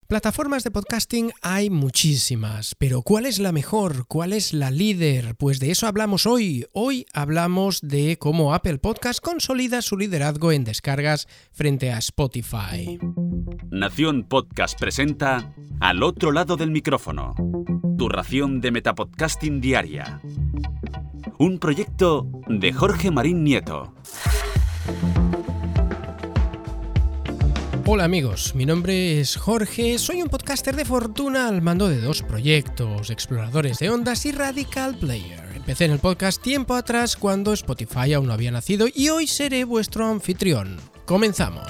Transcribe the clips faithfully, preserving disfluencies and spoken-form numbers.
Plataformas de podcasting hay muchísimas, pero ¿cuál es la mejor? ¿Cuál es la líder? Pues de eso hablamos hoy. Hoy hablamos de cómo Apple Podcast consolida su liderazgo en descargas frente a Spotify. Nación Podcast presenta Al otro lado del micrófono, tu ración de metapodcasting diaria. Un proyecto de Jorge Marín Nieto. Hola amigos, mi nombre es Jorge, soy un podcaster de fortuna al mando de dos proyectos, Exploradores de Ondas y Radical Player. Empecé en el podcast tiempo atrás cuando Spotify aún no había nacido y hoy seré vuestro anfitrión. Comenzamos.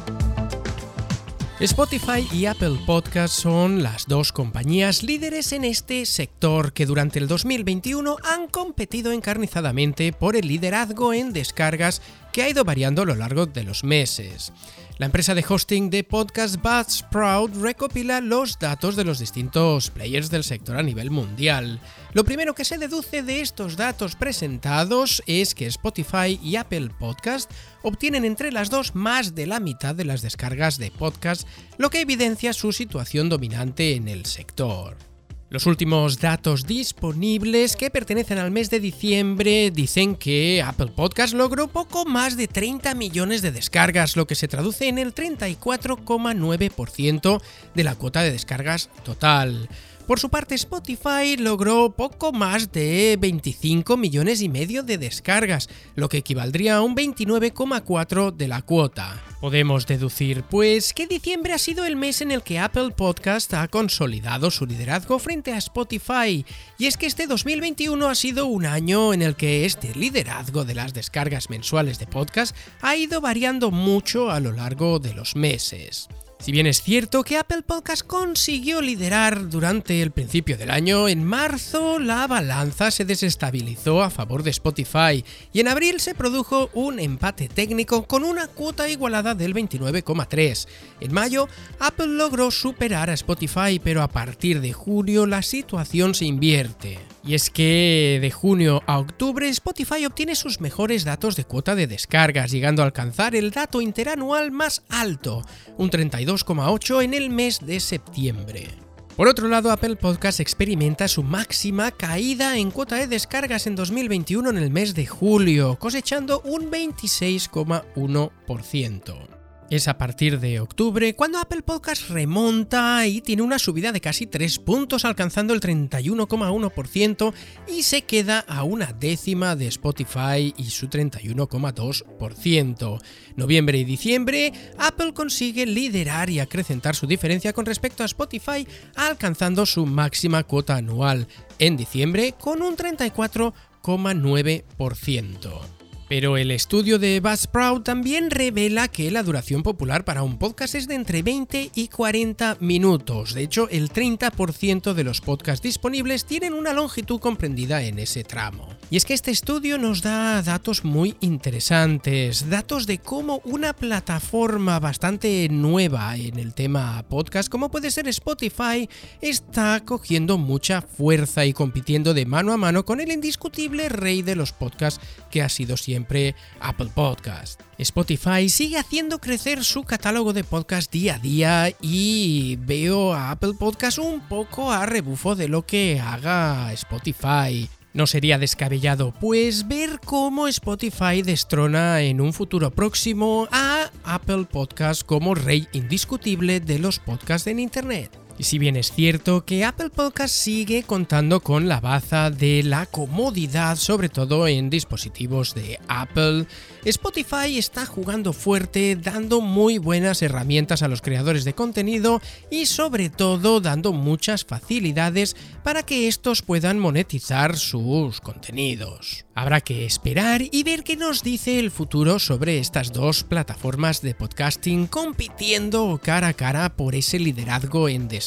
Spotify y Apple Podcast son las dos compañías líderes en este sector que durante el dos mil veintiuno han competido encarnizadamente por el liderazgo en descargas que ha ido variando a lo largo de los meses. La empresa de hosting de podcast Buzzsprout recopila los datos de los distintos players del sector a nivel mundial. Lo primero que se deduce de estos datos presentados es que Spotify y Apple Podcast obtienen entre las dos más de la mitad de las descargas de podcast, lo que evidencia su situación dominante en el sector. Los últimos datos disponibles, que pertenecen al mes de diciembre, dicen que Apple Podcast logró poco más de treinta millones de descargas, lo que se traduce en el treinta y cuatro coma nueve por ciento de la cuota de descargas total. Por su parte, Spotify logró poco más de veinticinco millones y medio de descargas, lo que equivaldría a un veintinueve coma cuatro por ciento de la cuota. Podemos deducir, pues, que diciembre ha sido el mes en el que Apple Podcast ha consolidado su liderazgo frente a Spotify, y es que este dos mil veintiuno ha sido un año en el que este liderazgo de las descargas mensuales de podcast ha ido variando mucho a lo largo de los meses. Si bien es cierto que Apple Podcast consiguió liderar durante el principio del año, en marzo la balanza se desestabilizó a favor de Spotify y en abril se produjo un empate técnico con una cuota igualada del veintinueve coma tres. En mayo, Apple logró superar a Spotify, pero a partir de junio la situación se invierte. Y es que de junio a octubre Spotify obtiene sus mejores datos de cuota de descargas, llegando a alcanzar el dato interanual más alto, un treinta y dos coma ocho en el mes de septiembre. Por otro lado, Apple Podcast experimenta su máxima caída en cuota de descargas en dos mil veintiuno en el mes de julio, cosechando un veintiséis coma uno por ciento. Es a partir de octubre cuando Apple Podcast remonta y tiene una subida de casi tres puntos, alcanzando el treinta y uno coma uno por ciento y se queda a una décima de Spotify y su treinta y uno coma dos por ciento. Noviembre y diciembre, Apple consigue liderar y acrecentar su diferencia con respecto a Spotify, alcanzando su máxima cuota anual en diciembre con un treinta y cuatro coma nueve por ciento. Pero el estudio de Buzzsprout también revela que la duración popular para un podcast es de entre veinte y cuarenta minutos. De hecho, el treinta por ciento de los podcasts disponibles tienen una longitud comprendida en ese tramo. Y es que este estudio nos da datos muy interesantes, datos de cómo una plataforma bastante nueva en el tema podcast, como puede ser Spotify, está cogiendo mucha fuerza y compitiendo de mano a mano con el indiscutible rey de los podcasts que ha sido siempre Apple Podcast. Spotify sigue haciendo crecer su catálogo de podcast día a día y veo a Apple Podcast un poco a rebufo de lo que haga Spotify. No sería descabellado, pues, ver cómo Spotify destrona en un futuro próximo a Apple Podcast como rey indiscutible de los podcasts en Internet. Y si bien es cierto que Apple Podcast sigue contando con la baza de la comodidad, sobre todo en dispositivos de Apple, Spotify está jugando fuerte, dando muy buenas herramientas a los creadores de contenido y sobre todo dando muchas facilidades para que estos puedan monetizar sus contenidos. Habrá que esperar y ver qué nos dice el futuro sobre estas dos plataformas de podcasting compitiendo cara a cara por ese liderazgo en descargas.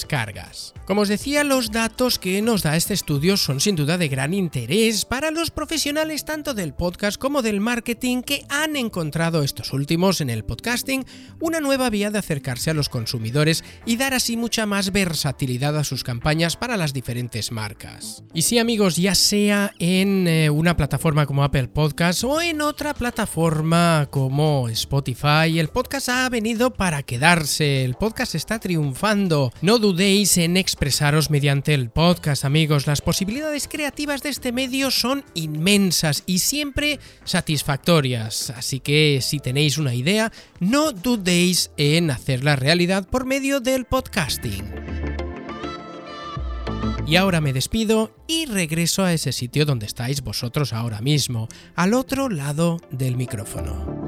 descargas. Como os decía, los datos que nos da este estudio son sin duda de gran interés para los profesionales tanto del podcast como del marketing que han encontrado estos últimos en el podcasting una nueva vía de acercarse a los consumidores y dar así mucha más versatilidad a sus campañas para las diferentes marcas. Y sí, amigos, ya sea en eh, una plataforma como Apple Podcasts o en otra plataforma como Spotify, el podcast ha venido para quedarse, el podcast está triunfando. No dudéis en expresaros mediante el podcast, amigos, las posibilidades creativas de este medio son inmensas y siempre satisfactorias, así que si tenéis una idea, no dudéis en hacerla realidad por medio del podcasting. Y ahora me despido y regreso a ese sitio donde estáis vosotros ahora mismo, al otro lado del micrófono.